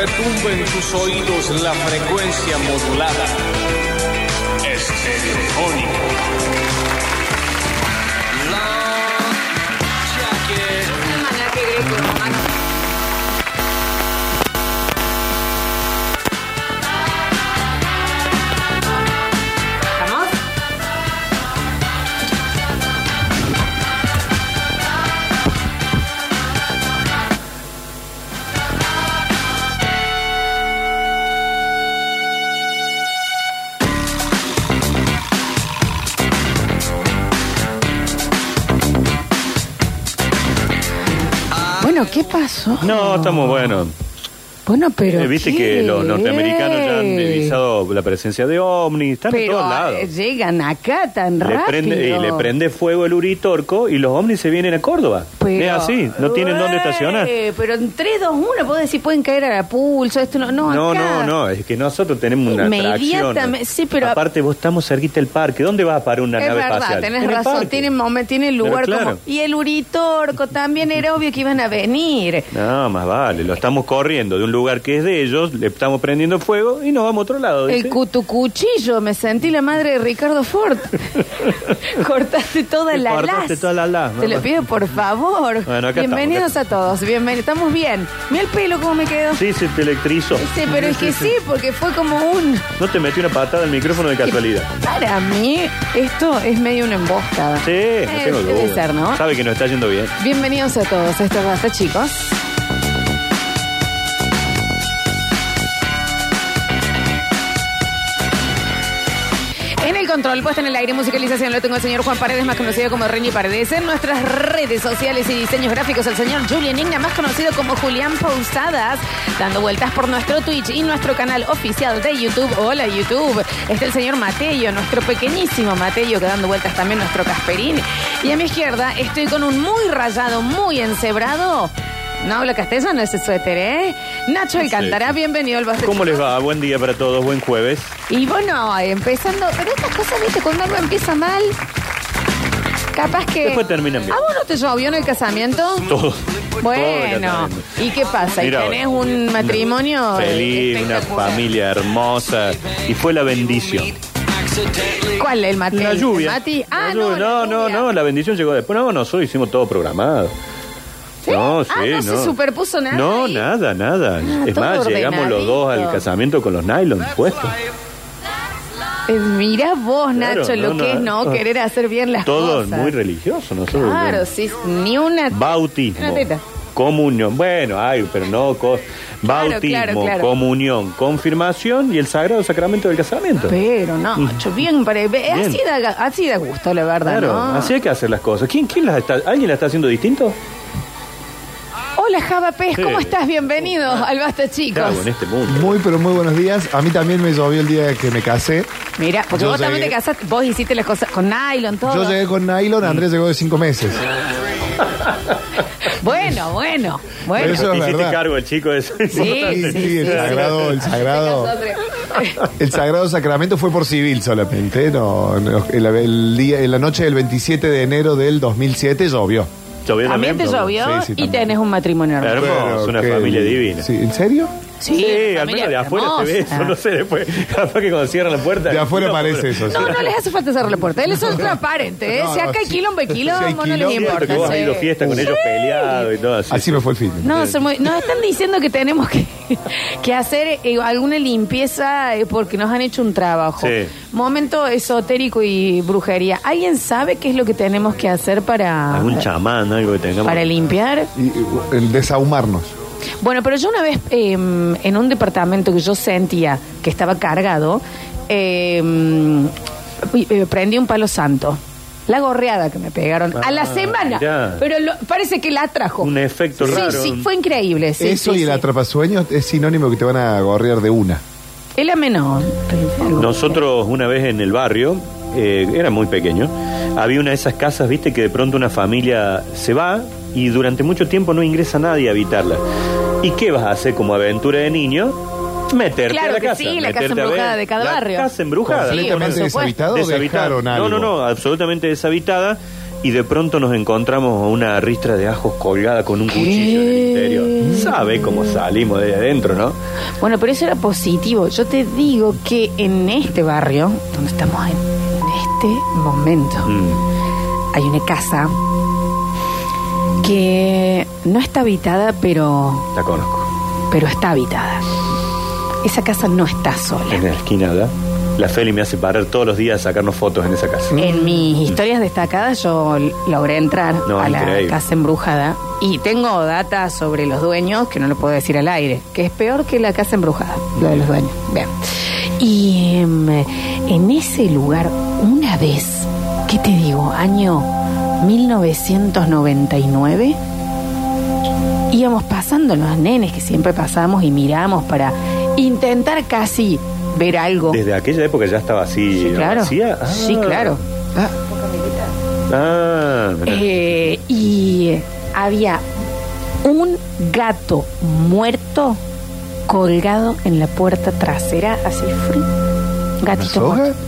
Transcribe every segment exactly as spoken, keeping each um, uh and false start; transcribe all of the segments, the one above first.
retumbe en tus oídos la frecuencia modulada. Estereofónica. Bueno, ¿qué pasó? No, estamos buenos. Bueno, pero eh, Viste ¿qué? que los norteamericanos ya han divisado la presencia de ovnis, están pero en todos lados. Llegan acá tan le rápido. Prende, y le prende fuego el Uritorco y los ovnis se vienen a Córdoba. Pero, es así, no tienen dónde estacionar. Pero en tres, dos, uno, puedo decir, pueden caer a la pulso, esto no, no, No, acá. no, no, es que nosotros tenemos una atracción. Sí, pero aparte vos estamos cerquita del parque, ¿dónde vas a parar una es nave verdad, espacial? tenés En el razón, parque. tiene momento, tiene lugar Pero claro. como. Y el Uritorco también era obvio que iban a venir. No, más vale, lo estamos corriendo de un lugar que es de ellos, le estamos prendiendo fuego y nos vamos a otro lado. ¿dice? El cutucuchillo, me sentí la madre de Ricardo Ford. Cortaste toda Te la cortaste las. toda la las, Te lo mamá. pido por favor. Bueno, acá bienvenidos estamos, acá a todos, bienvenidos. Estamos bien. Mira el pelo cómo me quedó. Sí, se te electrizó. Sí, pero es que sí, porque fue como un. No te metí una patada al micrófono de casualidad. Para mí, esto es medio una emboscada. Sí, no tengo duda. Debe ser, ¿no? Sabe que nos está yendo bien. Bienvenidos a todos. Esto es Basta, chicos. En el control, puesta en el aire, musicalización, lo tengo el señor Juan Paredes, más conocido como Reni Paredes. En nuestras redes sociales y diseños gráficos, el señor Julian Igna, más conocido como Julián Pousadas, dando vueltas por nuestro Twitch y nuestro canal oficial de YouTube. Hola, YouTube. Está el señor Mateo, nuestro pequeñísimo Mateo, que dando vueltas también nuestro Casperín. Y a mi izquierda estoy con un muy rayado, muy encebrado. No habla castellano ese suéter, ¿eh? Nacho Alcántara, bienvenido al Basta. ¿Cómo les va? Buen día para todos, buen jueves. Y bueno, empezando... Pero estas cosas, ¿viste? Cuando algo empieza mal, capaz que... Después terminan bien. ¿A vos no te llovió en el casamiento? Todo. Bueno, ¿y qué pasa? ¿Y Mira, tenés un matrimonio feliz, una espectacular? familia hermosa. Y fue la bendición. ¿Cuál? ¿El Mati? La lluvia. ¿El Mati? Ah, La no, lluvia. la no, no, lluvia. no, la bendición llegó después. No, nosotros hicimos todo programado. ¿Sí? No, sí, Ah, no, se superpuso nada No, ahí. nada, nada. Ah, es todo más, llegamos los dos al ordenadito. casamiento con los nylon puestos. Eh, mirá vos, Claro, Nacho, lo no, que no, es no no. querer hacer bien las Todo cosas. muy religioso, nosotros. Claro, ¿no? sí, ni una... Bautismo, Una teta. comunión, bueno, ay, pero no, co- Claro, bautismo, claro, claro. comunión, confirmación y el sagrado sacramento del casamiento. Pero no, Nacho, bien, pare- Bien. Así, da, así da gusto, la verdad, Claro, ¿no? así hay que hacer las cosas. ¿Quién, quién las está, ¿Alguien las está haciendo distinto? Hola, Java Pez, Sí. ¿cómo estás? Bienvenido al Basta, chicos. Claro, en este mundo. Muy, pero muy buenos días. A mí también me llovió el día que me casé. Mira, porque Yo vos también te llegué- casaste, vos hiciste las cosas con nylon, todo. Yo llegué con nylon, Andrés llegó de cinco meses. Bueno, bueno, bueno. Eso Te es hiciste verdad. cargo el chico de eso. Sí, Sí, sí, sí, el sí. sagrado, el sagrado, el sagrado sacramento fue por civil solamente. No, no, el, el día, en la noche del veintisiete de enero del dos mil siete llovió. ¿Llovió También te ¿no? llovió Sí, sí, y también. tenés un matrimonio hermoso. Hermoso, Pero una que- familia divina. Sí, ¿en serio? Sí, Sí, una al familia menos de afuera se ve hermosa. eso, no sé, después, capaz que cuando cierran la puerta. De afuera no, parece pero- eso. sí. No, no les hace falta cerrar la puerta. Él es transparente, ¿eh? No, si no, acá hay sí. quilombo, hay quilombo, Sí, hay no quilombo, les importa. Que vos has ido a sí. fiesta con ellos peleados y todo así. Así me fue el fin. No, son muy- nos están diciendo que tenemos que, que hacer eh, alguna limpieza eh, porque nos han hecho un trabajo. Sí. Momento esotérico y brujería. ¿Alguien sabe qué es lo que tenemos que hacer para, Algún chamán, algo que tengamos. para limpiar? Y, y, el desahumarnos. Bueno, pero yo una vez eh, en un departamento que yo sentía que estaba cargado, eh, eh, prendí un palo santo. La gorreada que me pegaron a la Ah, semana. mirá. Pero lo- parece que la trajo. Un efecto sí, raro. Sí, fue increíble. Sí, Eso sí, y el sí. atrapasueños es sinónimo que te van a gorrear de una. El menor. Nosotros una vez en el barrio, eh, era muy pequeño, había una de esas casas, viste, que de pronto una familia se va y durante mucho tiempo no ingresa nadie a habitarla. ¿Y qué vas a hacer como aventura de niño? Meterte Claro a la que casa. sí, la casa meterte a embrujada ver de cada la barrio. casa embrujada. Sí, ¿Completamente por supuesto. deshabitado o Deshabitada. dejaron algo? No, no, no, absolutamente deshabitada. y de pronto nos encontramos una ristra de ajos colgada con un ¿Qué? cuchillo en el interior. ¿Sabe cómo salimos de ahí adentro, no? Bueno, pero eso era positivo. Yo te digo que en este barrio, donde estamos en, en este momento, Mm. hay una casa que no está habitada, pero, La conozco. pero está habitada. Esa casa no está sola. En la esquina, ¿verdad? La Feli me hace parar todos los días a sacarnos fotos en esa casa. En mis historias destacadas yo l- logré entrar No, a la increíble. casa embrujada y tengo data sobre los dueños que no lo puedo decir al aire, que es peor que la casa embrujada, lo de los dueños. Bien. Y em, en ese lugar, una vez, ¿qué te digo? Año mil novecientos noventa y nueve, íbamos pasando los nenes que siempre pasamos y miramos para intentar casi ver algo. Desde aquella época ya estaba así. Sí, claro. ¿Vacía? Ah. Sí, claro. Ah, Ah, mirá. Eh, y había un gato muerto colgado en la puerta trasera, así frío. ¿una Gatito soga? muerto.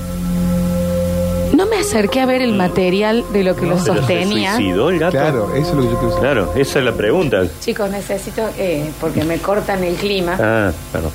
No me acerqué a ver el material de lo que lo ¿Pero se sostenía. suicidó el gato? Claro, eso es lo que yo quiero saber. Claro, esa es la pregunta. Chicos, necesito, eh, porque me cortan el clima. Ah, perdón.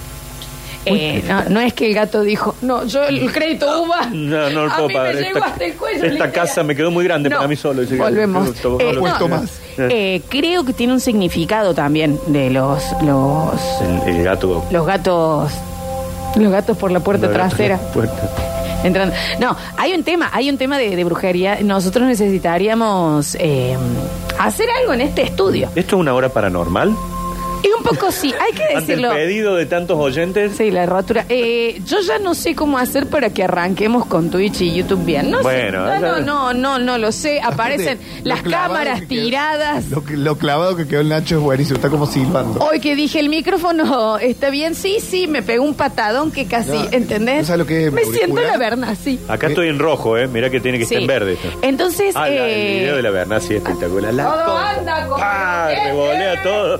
Eh, no, no es que el gato dijo, no, yo el crédito uva. No, no lo a puedo mí pagar. me llegó Esta- hasta el cuello. esta literal. casa me quedó muy grande No, para mí solo. Dice que- volvemos. que- Eh, que- puesto no, más. eh, creo que tiene un significado también de los los El, el gato. los gatos los gatos por la puerta el gato- trasera puerta. entrando. No, hay un tema, hay un tema de, de brujería. Nosotros necesitaríamos eh, hacer algo en este estudio. ¿Esto es una hora paranormal? Y un poco sí, hay que Ante el decirlo. pedido de tantos oyentes. Sí, la rotura. Eh, yo ya no sé cómo hacer para que arranquemos con Twitch y YouTube bien. No Bueno, sé. No, ya- no, no, no, no lo sé. Aparecen Aparte, las lo clavado cámaras que quedó- tiradas. Lo, que- lo clavado que quedó el Nacho es buenísimo, está como silbando. Hoy que dije el micrófono está bien, sí, sí, me pegó un patadón que casi, No, ¿entendés? ¿no sabes lo que es me auricular? siento la Berna, sí. Acá estoy en rojo, ¿eh? Mirá que tiene que Sí. estar en verde esto. Entonces, Ah, la- eh, el video de la Berna, sí, espectacular. La todo co- anda como Ah, lo que revolea es. todo.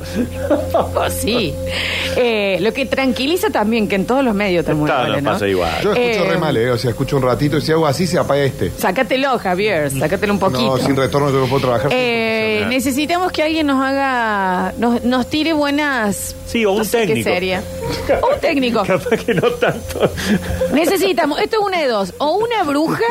oh, sí. Eh, lo que tranquiliza también, que en todos los medios te Está, mueve, nos ¿no? pasa igual. Yo escucho Eh, re mal, eh, o sea, escucho un ratito y si hago así se apaga este. Sácatelo, Javier, sácatelo un poquito. No, sin retorno yo no puedo trabajar. Eh, necesitamos que alguien nos haga, nos, nos tire buenas. Sí, o un no sé técnico. ¿Qué sería? Un técnico. Capaz que no tanto. Necesitamos, esto es una de dos, o una bruja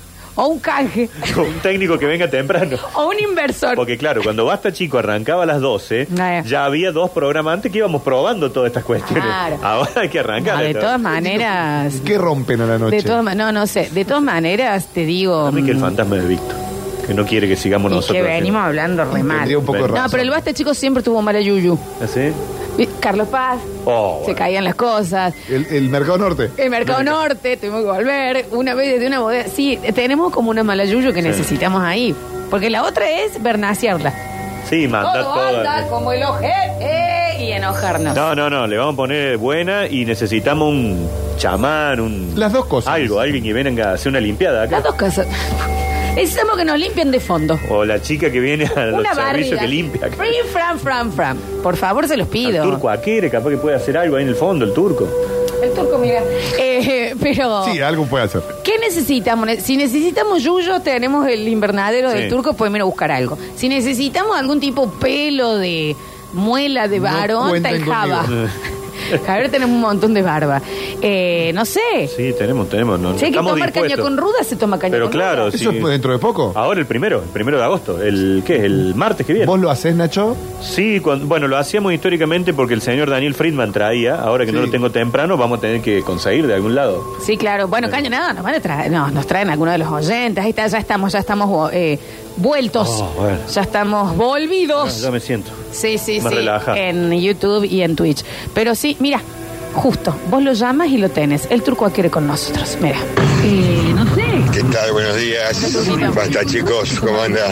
o un canje Un técnico que venga temprano. o un inversor. Porque claro, cuando Basta Chico arrancaba a las doce, Ah, ya había dos programas antes que íbamos probando todas estas cuestiones. Claro. Ahora hay que arrancar. No, de todas maneras, ¿Qué rompen a la noche? de todas ma- no, no sé, de todas maneras te digo Para mí que el mm, fantasma de Víctor, que no quiere que sigamos y nosotros. que venimos hablando re mal. Tendría un poco de No, No, razón. pero el Basta Chico siempre tuvo mala yuyu. ¿Así? Vi- Carlos Paz, Oh, se bueno. caían las cosas. El, el Mercado Norte. El Mercado Norte, tuvimos que volver una vez desde una bodega. Sí, tenemos como una mala yuyu que Sí. necesitamos ahí. Porque la otra es vernaciarla. Sí, manda Todo toda. anda como el ojete y enojarnos. No, no, no, le vamos a poner buena y necesitamos un chamán, un... Las dos cosas. Algo, alguien que venga a hacer una limpiada acá. Las dos cosas. Necesitamos que nos limpien de fondo. O la chica que viene a los Una servicios barriga. que limpia. acá. Fran, fran, fran, fran. Por favor, se los El pido. turco Aquere, capaz que puede hacer algo ahí en el fondo, el turco. El turco, mira. Eh, pero... Sí, algo puede hacer. ¿Qué necesitamos? Si necesitamos yuyo, tenemos el invernadero Sí. del turco, podemos ir a buscar algo. Si necesitamos algún tipo pelo de muela de No varón, está el cuenten Java. conmigo. Javier, tenemos un montón de barba. Eh, no sé. Sí, tenemos, tenemos. No, Si hay que estamos tomar caña dispuestos. con ruda, se toma caña Pero con claro, ruda. ¿Eso sí. es dentro de poco? Ahora el primero, el primero de agosto. El, ¿Qué es? El martes que viene. ¿Vos lo hacés, Nacho? Sí, cuando- bueno, lo hacíamos históricamente porque el señor Daniel Friedman traía. Ahora que no Sí. lo tengo temprano, vamos a tener que conseguir de algún lado. Sí, claro. Bueno, caña nada, nos van a traer, no, nos traen algunos de los oyentes. Ahí está, ya estamos, ya estamos eh, vueltos. Oh, bueno. Ya estamos Ah, volvidos. ya me siento. Sí, sí, Más sí. relajado. En YouTube y en Twitch. Pero sí, mira, justo, vos lo llamas y lo tenés. El turco quiere con nosotros. Mira. Eh, no sé. ¿Qué tal? Buenos días. Basta, chicos. ¿Cómo anda?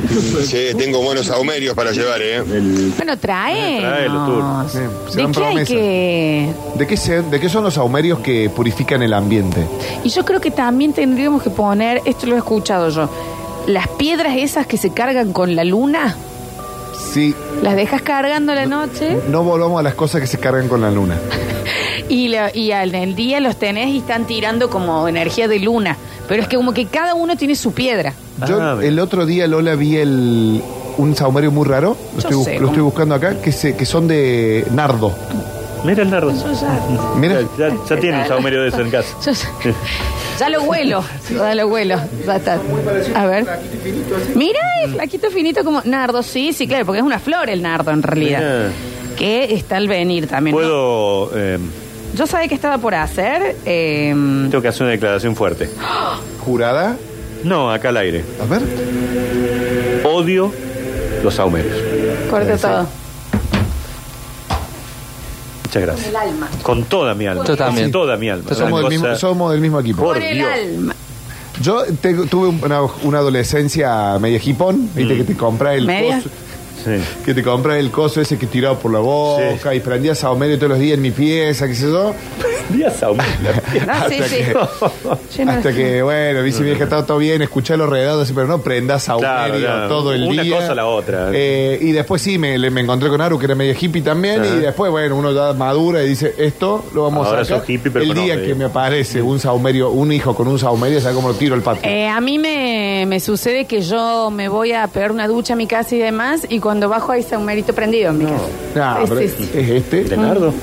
Sí, tengo buenos saumerios para llevar, ¿eh? Bueno, trae. Tráelo, turco. Sí, ¿De serán qué hay promesas. que...? ¿De qué, se- ¿De qué son los saumerios que purifican el ambiente? Y yo creo que también tendríamos que poner, esto lo he escuchado yo, las piedras esas que se cargan con la luna, Sí, las dejas cargando a la noche no volvamos a las cosas que se cargan con la luna. y, la- y al el día los tenés y están tirando como energía de luna. Pero es que como que cada uno tiene su piedra. Yo Ah, el otro día, Lola, vi el un saumerio muy raro, lo, estoy, bus- sé lo cómo. estoy buscando acá, que, se, que son de nardo. Mira el nardo. Mira, Ya, ya, ya tiene un saumerio de eso en casa. Yo ya, ya lo huelo, ya lo huelo. Ya está. A ver. Mira, el flaquito finito como nardo, sí, sí, claro, porque es una flor el nardo en realidad. Mira. Que está al venir también. ¿no? Puedo. eh, Yo sabía que estaba por hacer. eh, tengo que hacer una declaración fuerte. jurada. No, acá al aire. A ver. Odio los saumerios. corte todo. Muchas gracias. El alma. Con toda mi alma. Yo también. Con toda mi alma. Somos, Una del mismo, cosa- somos del mismo equipo. Por Por el Dios. alma. Yo te- tuve una, una adolescencia media hipón, viste, que te compras el ¿Media? coso, Sí. que te compras el coso ese que tiraba por la boca Sí. y prendía saumerio todos los días en mi pieza, qué sé yo. Día saumerio. Ah, sí, Hasta sí. que- Yo no- Hasta que, bueno, dice mi vieja, está todo bien, escuchá los redados, pero no prendas saumerio Claro, claro. todo el Una día. cosa a la otra. Eh, y después sí, me, le- me encontré con Aru, que era medio hippie también, Ajá. y después, bueno, uno ya madura y dice, esto lo vamos Ahora a sacar. sos hippie, pero el con día hombre. que me aparece un saumerio, un hijo con un saumerio, ¿sabes cómo lo tiro al patio? Eh, a mí me, me sucede que yo me voy a pegar una ducha a mi casa y demás, y cuando bajo hay saumerito prendido en mi casa. No, Es pero es, ese. es este. ¿De nardo?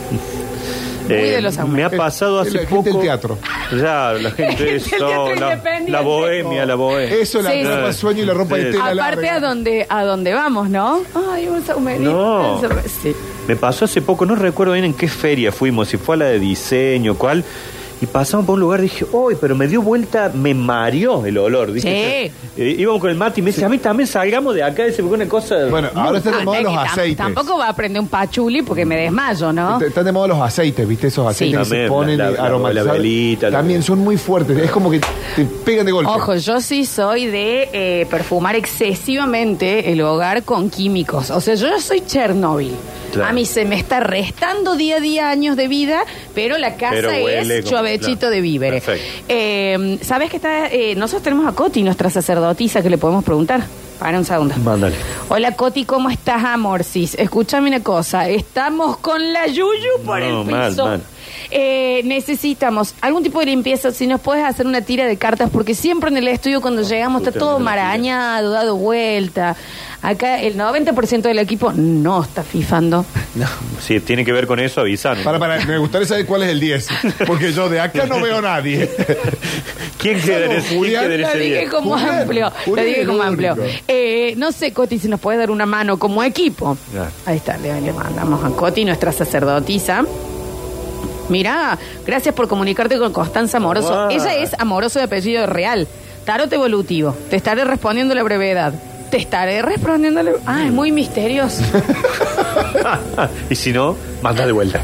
Muy de los me saumerios. ha pasado Es hace la gente poco. del teatro. Ya, la gente El eso, teatro la, independiente. la bohemia, la bohemia. Eso, la Sí, ropa sí. de sueño y la ropa Sí. de tela Aparte larga. a donde, a donde vamos, ¿no? Ay, un saumerito. No. un saumer- Sí. Me pasó hace poco, no recuerdo bien en qué feria fuimos, si fue a la de diseño, cuál. Y pasamos por un lugar, dije, uy, pero me dio vuelta, me mareó el olor. Dije, Sí. eh, íbamos con el Mati y me dice, a mí también salgamos de acá, dice, porque una cosa. Bueno, ahora están de Ah, moda es los que tam- aceites. Tampoco va a prender un pachuli porque me desmayo, ¿no? T- Están de moda los aceites, ¿viste? Esos aceites que También, se ponen la- la, la- aromatizados. la velita, la- También son muy fuertes. Es como que te pegan de golpe. Ojo, yo sí soy de eh, perfumar excesivamente el hogar con químicos. O sea, yo ya soy Chernobyl. Claro. A mí se me está restando día a día años de vida, pero la casa Pero huele es como- chuavechito claro. de víveres. Perfecto. Eh, ¿Sabes que está? eh, nosotros tenemos a Coti, nuestra sacerdotisa, que le podemos preguntar. Para un segundo. Mándale. Hola Coti, ¿cómo estás, amorcis? Escúchame una cosa, estamos con la yuyu por No, el mal, piso. mal. Eh, necesitamos algún tipo de limpieza, si nos puedes hacer una tira de cartas, porque siempre en el estudio cuando llegamos está todo marañado, dado vuelta. Acá el noventa por ciento del equipo no está fifando. Si tiene que ver con eso, avisanos. Para, para, me gustaría saber cuál es el diez. Porque yo de acá no veo a nadie. ¿Quién queda en ese, quién Julián, queda en Lo ese dije día? como Julián, amplio. Lo Julián dije es como el amplio. único. Eh, no sé, Coti, si nos puedes dar una mano como equipo. Ya. Ahí está, le, le mandamos a Coti, nuestra sacerdotisa. Mirá, gracias por comunicarte con Constanza Amoroso. Ah. Ella es Amoroso de apellido real. Tarot evolutivo. Te estaré respondiendo la brevedad. Te estaré respondiendo la... Ah, es muy misterioso. Y si no, manda de vuelta.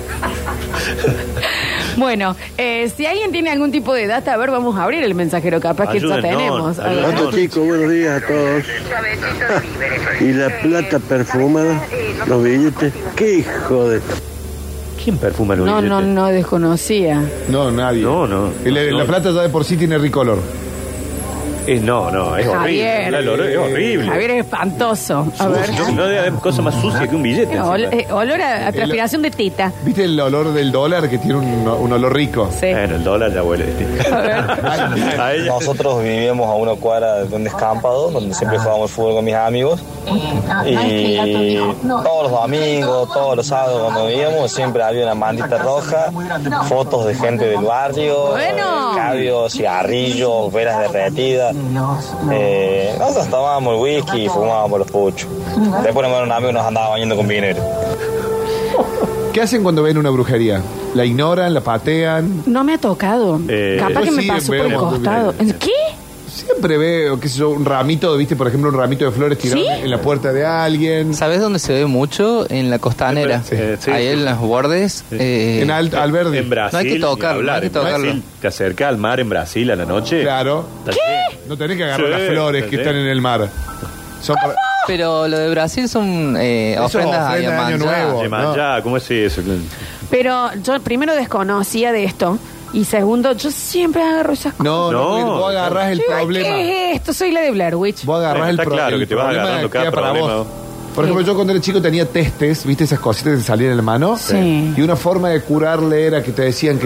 Bueno, eh, si alguien tiene algún tipo de data, a ver, vamos a abrir el mensajero, capaz que ya Ayúdenos, tenemos. A ver. ayúdenos. Hola chicos, buenos días a todos. Y la plata perfumada, los billetes, qué hijo de... ¿Quién perfuma los No, no, billetes? no desconocía. No, nadie. No, no. Y la, la No. plata ya de por sí tiene ricolor. Eh, no, no, es Javier. horrible. El olor es horrible. Javier es espantoso. A ver. No, no debe haber cosa más sucia que un billete. Ol- encima. eh, olor a, a transpiración de teta. ¿Viste el olor del dólar que tiene un, un olor rico? Sí. Bueno, el dólar ya huele distinto. A ver. A ella. Nosotros vivíamos a una cuadra de un descampado donde siempre jugábamos fútbol con mis amigos y todos los domingos, todos los sábados cuando vivíamos siempre había una mantita roja, fotos de gente del barrio, Bueno. eh, cabios, cigarrillos, velas derretidas. Eh, nosotros tomábamos el whisky y fumábamos los puchos. Después un amigo nos andaba bañando con vinagre. ¿Qué hacen cuando ven una brujería? ¿La ignoran? ¿La patean? No me ha tocado. Eh, Capaz yo que me sí pasó veo por el un montón de costado. videos. ¿Qué? Siempre veo, qué sé yo, un ramito, ¿viste? Por ejemplo, un ramito de flores tirado ¿Sí? en la puerta de alguien. ¿Sabes dónde se ve mucho? En la costanera. Sí, sí, Ahí sí. en los bordes. eh, En Alt Alberdi. En Brasil. No hay que tocarlo, ni hablar, no hay que en tocarlo. Brasil, te acercas al mar en Brasil a la noche. Claro. Está lleno. No tenés que agarrar Sí, las flores que sí. están en el mar. Son para- Pero lo de Brasil son eh, Eso, ofrendas a ofrenda de Año Yamanjá. Nuevo. De Manjá, ¿cómo es eso? Pero yo primero desconocía de esto. Y segundo, yo siempre agarro esas cosas. No, no, No, vos agarrás el Yo digo, problema. ¿qué es esto? Soy la de Blair Witch. Vos agarrás Bueno, el, está pro- claro el que te vas problema agarrando queda cada para problema, vos. vos. Por ejemplo, yo cuando era chico tenía testes, ¿viste? Esas cositas que te salían en la mano. Sí. Y una forma de curarle era que te decían que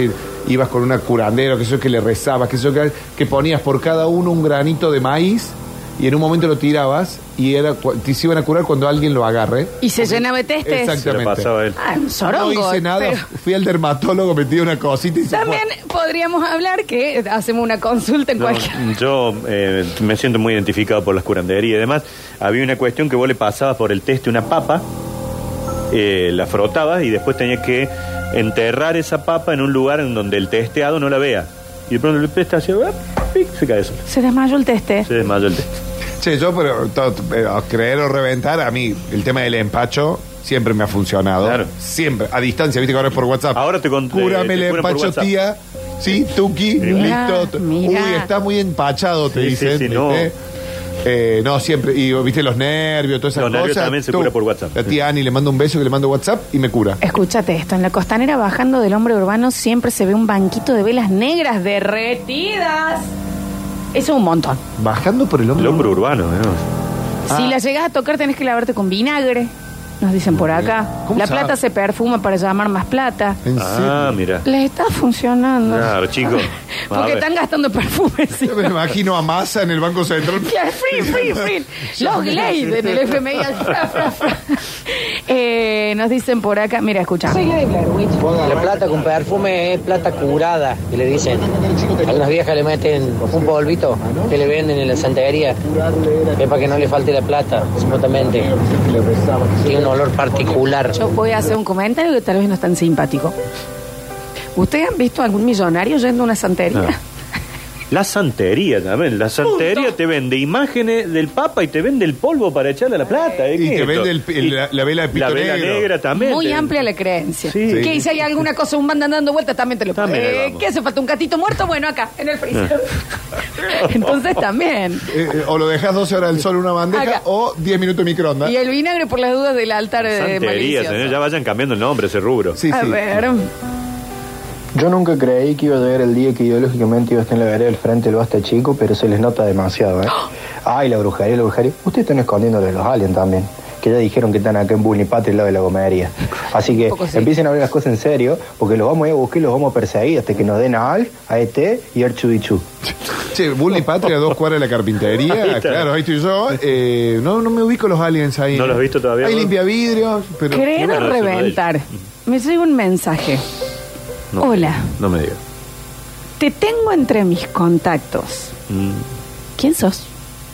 ibas con una curandera, que eso que le rezabas, que eso que, que ponías por cada uno un granito de maíz y en un momento lo tirabas y era te se iban a curar cuando alguien lo agarre. Y se llenaba de testes. Exactamente. Se le pasaba a él. Ah, un sorongo. No hice nada, pero fui al dermatólogo, metí una cosita y se también fue. podríamos hablar que hacemos una consulta en No, cualquier... yo eh, me siento muy identificado por las curanderías y demás. Había una cuestión que vos le pasabas por el teste una papa, eh, la frotabas y después tenías que enterrar esa papa en un lugar en donde el testeado no la vea. Y de pronto el teste hacía, ¡pic! Se cae eso. Se desmayó el teste. Se desmayó el teste. Che, yo, pero, todo, pero creer o reventar, a mí el tema del empacho siempre me ha funcionado. Claro. Siempre, a distancia, viste que ahora es por WhatsApp. Ahora te conté. Cúrame te el curan por empacho, WhatsApp. tía. Sí, Tuki, Mira, listo. mira. Uy, está muy empachado, te Sí, dicen. sí, sí, ¿viste? no. Eh, no, siempre. Y viste los nervios, todas esas Los nervios cosas. también se Tú, cura por WhatsApp. La tía Ani le mando un beso que le mando WhatsApp y me cura. Escúchate esto, en la costanera bajando del hombre urbano siempre se ve un banquito de velas negras derretidas. Eso es un montón. Bajando por el El hombro. hombre urbano, ¿no? Si Ah. la llegas a tocar tenés que lavarte con vinagre, nos dicen por acá. ¿Cómo La sabe? plata se perfuma para llamar más plata. ¿En Ah, serio? mira. Les está funcionando. Claro, chicos. A Porque ver. están gastando perfume. sí. Yo me imagino a Massa en el Banco Central. Claro, free, free, free. Los Glade en el F M I. al fra, fra, fra. Eh, nos dicen por acá, mira, escucha. Soy la de Blair Witch. La plata con perfume es plata curada, que le dicen. Algunas viejas le meten un polvito que le venden en la santería, que es para que no le falte la plata, supuestamente. Tiene un olor particular. Yo voy a hacer un comentario que tal vez no es tan simpático. ¿Ustedes han visto algún millonario yendo a una santería? No. La santería también. La santería Punto. te vende imágenes del Papa y te vende el polvo para echarle a la plata. ¿eh? Y ¿Qué te es vende esto? el- el- la- la vela de pito La vela negro. negra también. Muy te- amplia la creencia. Sí. Que si hay alguna cosa, un banda dando vueltas, también te lo También ahí eh, vamos. ¿Qué hace falta? ¿Un gatito muerto? Bueno, acá, en el freezer. Entonces también. Eh, eh, o lo dejas doce horas al sol en una bandeja Acá. o diez minutos de microondas. Y el vinagre por las dudas del altar de Santería, malicioso. señor. Ya vayan cambiando el nombre, ese rubro. Sí, A sí. ver. Yo nunca creí que iba a llegar el día que ideológicamente iba a estar en la vereda del frente del Basta Chico, pero se les nota demasiado, ¿eh? Ay, la brujería, la brujería. Ustedes están escondiendo de los aliens también, que ya dijeron que están acá en Bully Patria, al lado de la gomería. Así que Un poco sí. empiecen a ver las cosas en serio, porque los vamos a ir a buscar y los vamos a perseguir hasta que nos den a Alf, a E T y a Archudichu. Che, Bully Patria, dos cuadras de la carpintería. Ahí está. Claro, ahí estoy yo. Eh, no, no me ubico los aliens ahí. ¿No los has visto todavía, Hay vos? limpia vidrios, pero. Creer Bueno, o eso no es reventar. Me llega un mensaje. No, Hola. No me digas. Te tengo entre mis contactos. Mm. ¿Quién sos?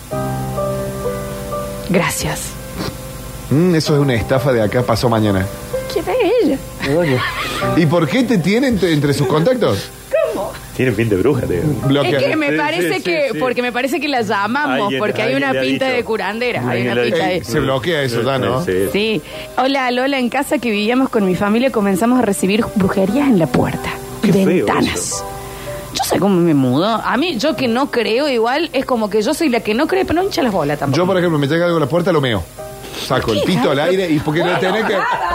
Gracias. Mm, eso es una estafa de acá, pasó mañana. ¿Quién es ella? ¿Y por qué te tienen entre, entre sus contactos? Tiene fin de bruja, tío. Bloquea. Es que me Sí, parece sí, que, sí, sí. porque me parece que la llamamos, Alguien- porque hay alguien una le ha pinta dicho. de curandera, hay Alguien una le ha pinta dicho. de... Ey, se bloquea eso ya, ¿no? Sí, sí. Sí. Hola, Lola, en casa que vivíamos con mi familia comenzamos a recibir brujerías en la puerta. Qué feo Ventanas. eso. Yo sé cómo me mudo. A mí, yo que no creo, igual es como que yo soy la que no cree, pero no hincha las bolas tampoco. Yo, por ejemplo, me llega algo a la puerta, lo meo. Saco el pito al aire y porque le Bueno, tenés que.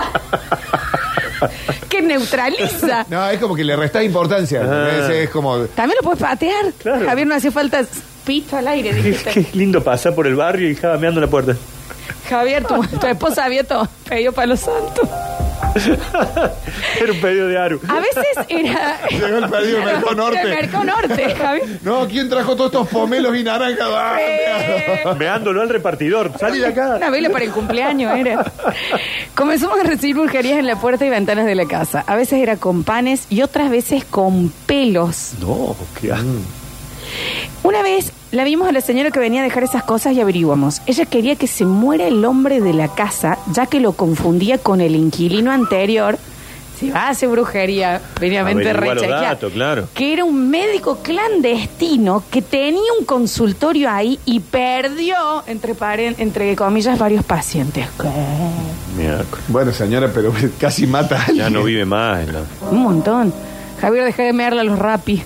que neutraliza. No, es como que le restás importancia. ¿entendés? Es como. También lo puedes patear. Claro. Javier, no hace falta pito al aire, Qué, dijiste. qué lindo pasar por el barrio y estaba meando en la puerta. Javier, tu, tu esposa había todo pedido para los santos. Era un pedido de Aru. A veces era... Llegó el pedido de Mercado Norte. De Mercado Norte, Javier. No, ¿quién trajo todos estos pomelos y naranjas? Ah, Eh, Meándolo al repartidor. Salí de acá. Una vela para el cumpleaños era. Comenzamos a recibir brujerías en la puerta y ventanas de la casa. A veces era con panes y otras veces con pelos. No, qué asco. Una vez la vimos a la señora que venía a dejar esas cosas y averiguamos. Ella quería que se muera el hombre de la casa, ya que lo confundía con el inquilino anterior. Si va a hacer brujería, previamente Averigua los rechequear. datos, claro. Que era un médico clandestino que tenía un consultorio ahí y perdió, entre, paren- entre comillas, varios pacientes. Miércoles. Bueno, señora, pero casi mata a alguien. Ya no vive más. ¿no? Un montón. Javier, deja de mearle a los rapi.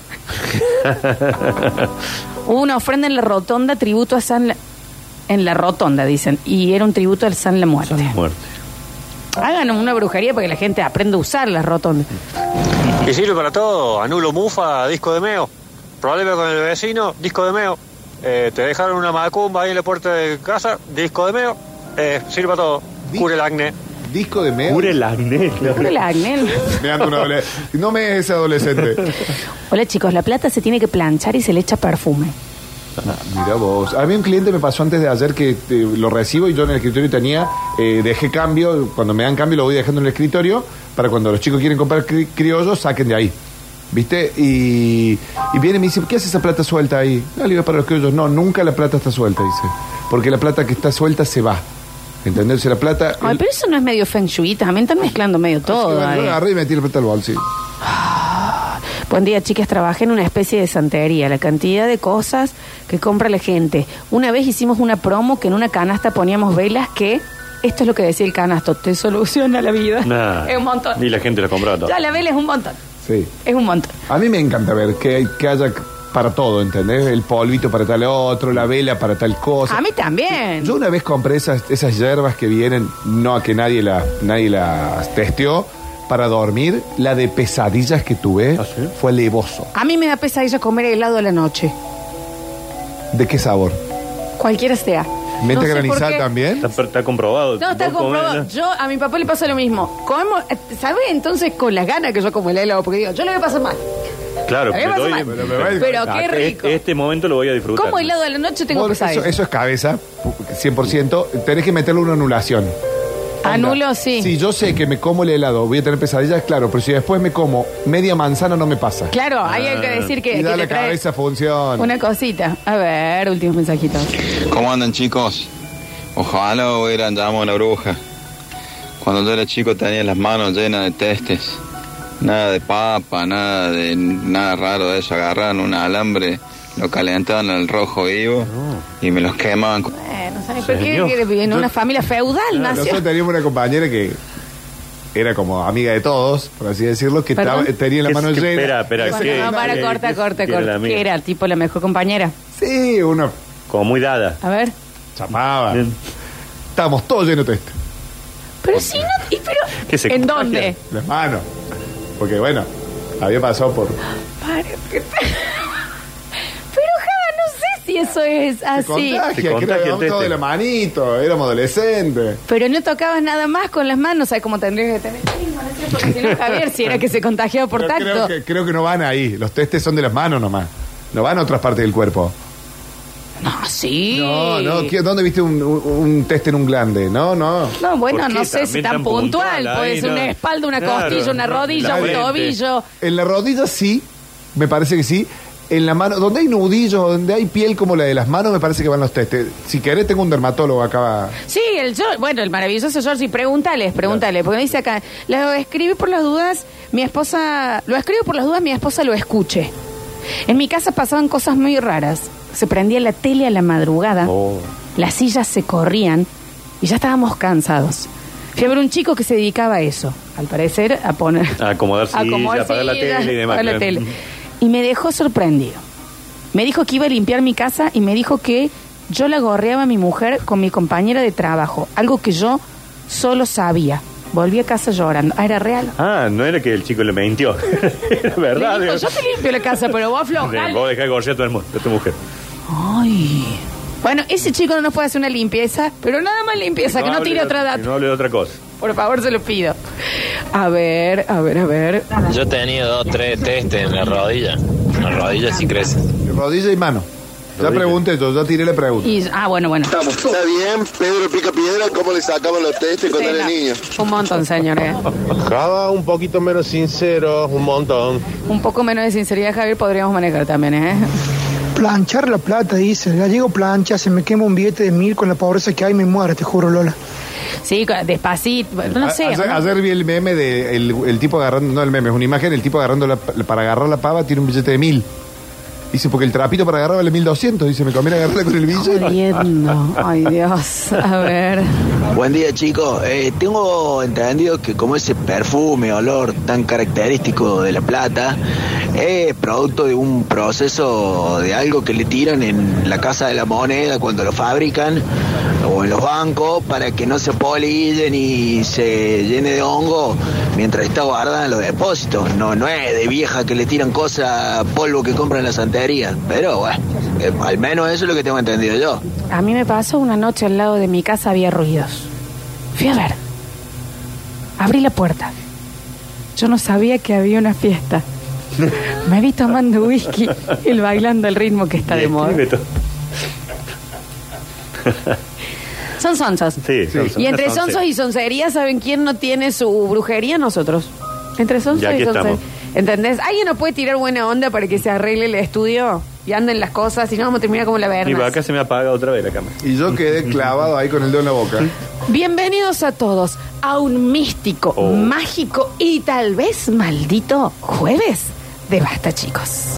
Hubo una ofrenda en la rotonda, tributo a San... La... En la rotonda, dicen. Y era un tributo al San La Muerte. Muerte. Hagan una brujería para que la gente aprenda a usar las rotondas. Y sirve para todo, anulo mufa, disco de meo. Problema con el vecino, disco de meo. Eh, te dejaron una macumba ahí en la puerta de casa, disco de meo. Eh, sirve para todo, cura el acné. Disco de meo. Cure el acné. Cure el acné. Me ando una adole- no me es ese adolescente. Hola chicos, la plata se tiene que planchar y se le echa perfume. Mira vos. A mí un cliente me pasó antes de ayer que eh, lo recibo y yo en el escritorio tenía, eh, dejé cambio, cuando me dan cambio lo voy dejando en el escritorio para cuando los chicos quieren comprar cri- criollos, saquen de ahí. ¿Viste? Y, y viene y me dice, ¿qué hace esa plata suelta ahí? No, le digo, para los criollos. No, nunca la plata está suelta, dice. Porque la plata que está suelta se va. ¿Entendés? Si la plata... Ay, el- pero eso no es medio feng shui, también están mezclando medio todo. Así que, bueno, yo ahí. agarré y metí la plata al bolsillo. Buen día, chicas. Trabajé en una especie de santería. La cantidad de cosas que compra la gente. Una vez hicimos una promo que en una canasta poníamos velas que... Esto es lo que decía el canasto. Te soluciona la vida. Nah. Es un montón. Y la gente la compraba todo. Ya la vela es un montón. Sí. Es un montón. A mí me encanta ver que, hay- que haya para todo, ¿entendés? El polvito para tal otro, la vela para tal cosa. A mí también. Yo una vez compré esas, esas hierbas que vienen, no a que nadie, la, nadie las testeó, para dormir. La de pesadillas que tuve fue alevoso. A mí me da pesadilla comer helado a la noche. ¿De qué sabor? Cualquiera sea. ¿Menta No sé por granizada qué. también? Está, está comprobado. No, está Vos comés, comprobado. ¿no? Yo, a mi papá le pasa lo mismo. Comemos, ¿sabes? Entonces, con las ganas que yo como el helado, porque digo, yo le voy a pasar mal. Claro, A mí te me pasa doy- mal. pero, me va a- Pero qué Ah, rico. Este momento lo voy a disfrutar. Como helado a la noche tengo Bueno, eso, pesadilla. eso es cabeza, cien por ciento. Tenés que meterle una anulación. Anulo, sí. Si yo sé que me como el helado, voy a tener pesadillas, claro, pero si después me como media manzana, no me pasa. Claro, ahí hay que decir que, Y que da le la trae cabeza funciona. una cosita. A ver, últimos mensajitos. ¿Cómo andan, chicos? Ojalá hubieran llamado a la bruja. Cuando yo era chico tenía las manos llenas de testes. Nada de papa, nada de nada raro de eso. Agarraban un alambre, lo calentaban al rojo vivo y me los quemaban. Bueno, ¿sabes por qué? Que en una familia feudal nació. Nosotros teníamos una compañera que era como amiga de todos, por así decirlo, que ¿Perdón? estaba- tenía la ¿Qué- mano qué- llena. espera, espera, Bueno, ¿qué- no, para, qué- corta, qué- corta, qué era la corta. amiga? ¿Qué era? ¿Tipo la mejor compañera? Sí, uno Como muy dada. A ver. chapaba. Estábamos todos llenos de test. Pero si no... y pero, ¿Qué se ¿en contagia? dónde? Las manos. Porque bueno, había pasado por... Para, que- Pero, Java, no sé si eso es Se así. contagia, Se que contagia era el todo teste. de la manito, éramos adolescentes. Pero no tocabas nada más con las manos, ¿sabes cómo tendrías que tener? Sí, no sé, porque si no, Javier, si era que se contagiaba por Pero tacto. creo que, creo que no van ahí. Los testes son de las manos nomás. No van a otras partes del cuerpo. No, sí. No, no. ¿qué- ¿Dónde viste un, un, un test en un glande? No, no. No, bueno, ¿Por qué no sé si también tan tan puntual. puntual Puede ahí, ser no? una espalda, una Claro, costilla, una no, rodilla, la un frente. tobillo. En la rodilla sí, me parece que sí. En la mano, donde hay nudillos, donde hay piel como la de las manos, me parece que van los testes. Si querés, tengo un dermatólogo acá. Sí, el George- bueno, el maravilloso George, pregúntales, pregúntale, porque dice acá, lo escribí por las dudas, mi esposa, lo escribo por las dudas, mi esposa lo escuche. En mi casa pasaban cosas muy raras. Se prendía la tele a la madrugada, Oh. las sillas se corrían y ya estábamos cansados. Fui a ver un chico que se dedicaba a eso, al parecer a poner... A acomodar a silla, acomodar apagar la sillas, tele y demás. apagar la tele. Y me dejó sorprendido. Me dijo que iba a limpiar mi casa y me dijo que yo la gorreaba a mi mujer con mi compañera de trabajo, algo que yo solo sabía. Volví a casa llorando. Ah, era real. Ah, no era que el chico le mintió. Era verdad. Le dijo, digo. yo te limpio la casa, pero vos aflojale. Vos dejás gorrear a todo el mundo, a tu mujer. Ay. Bueno, ese chico no nos puede hacer una limpieza, pero nada más limpieza, que no hable tire de- otra que data. No hable de otra cosa. Por favor, se lo pido. A ver, a ver, a ver. Yo he tenido dos, tres testes en la rodilla. En la rodilla sí crece. Rodilla y mano. Ya pregunté yo, ya tiré la pregunta. Y, ah, bueno, bueno. Está bien, Pedro Pica Piedra, ¿cómo le sacaban los testes cuando Sí, era no. niño? Un montón, señores. Java un poquito menos sincero, un montón. Un poco menos de sinceridad, Javier, podríamos manejar también, ¿eh? Planchar la plata, dice. El gallego plancha, se me quema un billete de mil con la pobreza que hay, me muere, te juro, Lola. Sí, despacito, no sé. A- ayer, ¿no? ayer vi el meme de el, el tipo agarrando, no el meme, es una imagen, el tipo agarrando la, para agarrar la pava tiene un billete de mil. Dice, porque el trapito para agarrar vale mil doscientos. Dice, me conviene agarrarla con el billete. Jodiendo. Ay, Dios. A ver. Buen día, chicos. Eh, tengo entendido que como ese perfume, olor tan característico de La Plata, es producto de un proceso de algo que le tiran en la Casa de la Moneda cuando lo fabrican o en los bancos para que no se polillen y se llene de hongo mientras está guardada en los depósitos. No, no es de vieja que le tiran cosas, polvo que compran en la santería. Pero bueno, eh, al menos eso es lo que tengo entendido yo. A mí me pasó una noche al lado de mi casa había ruidos. Fui a ver. Abrí la puerta. Yo no sabía que había una fiesta. Me vi tomando whisky y bailando el ritmo que está de moda. Son sonsos. Sí, son, son, y entre son, sonsos sí. y soncería, ¿saben quién no tiene su brujería? Nosotros. Entre sonsos Ya y aquí soncería. estamos. ¿Entendés? ¿Alguien nos puede tirar buena onda para que se arregle el estudio y anden las cosas? Si no, vamos a terminar como la Y verdad. acá se me apaga otra vez la cámara. Y yo quedé clavado ahí con el dedo en la boca. Bienvenidos a todos a un místico, Oh. mágico y tal vez maldito jueves de Basta, chicos.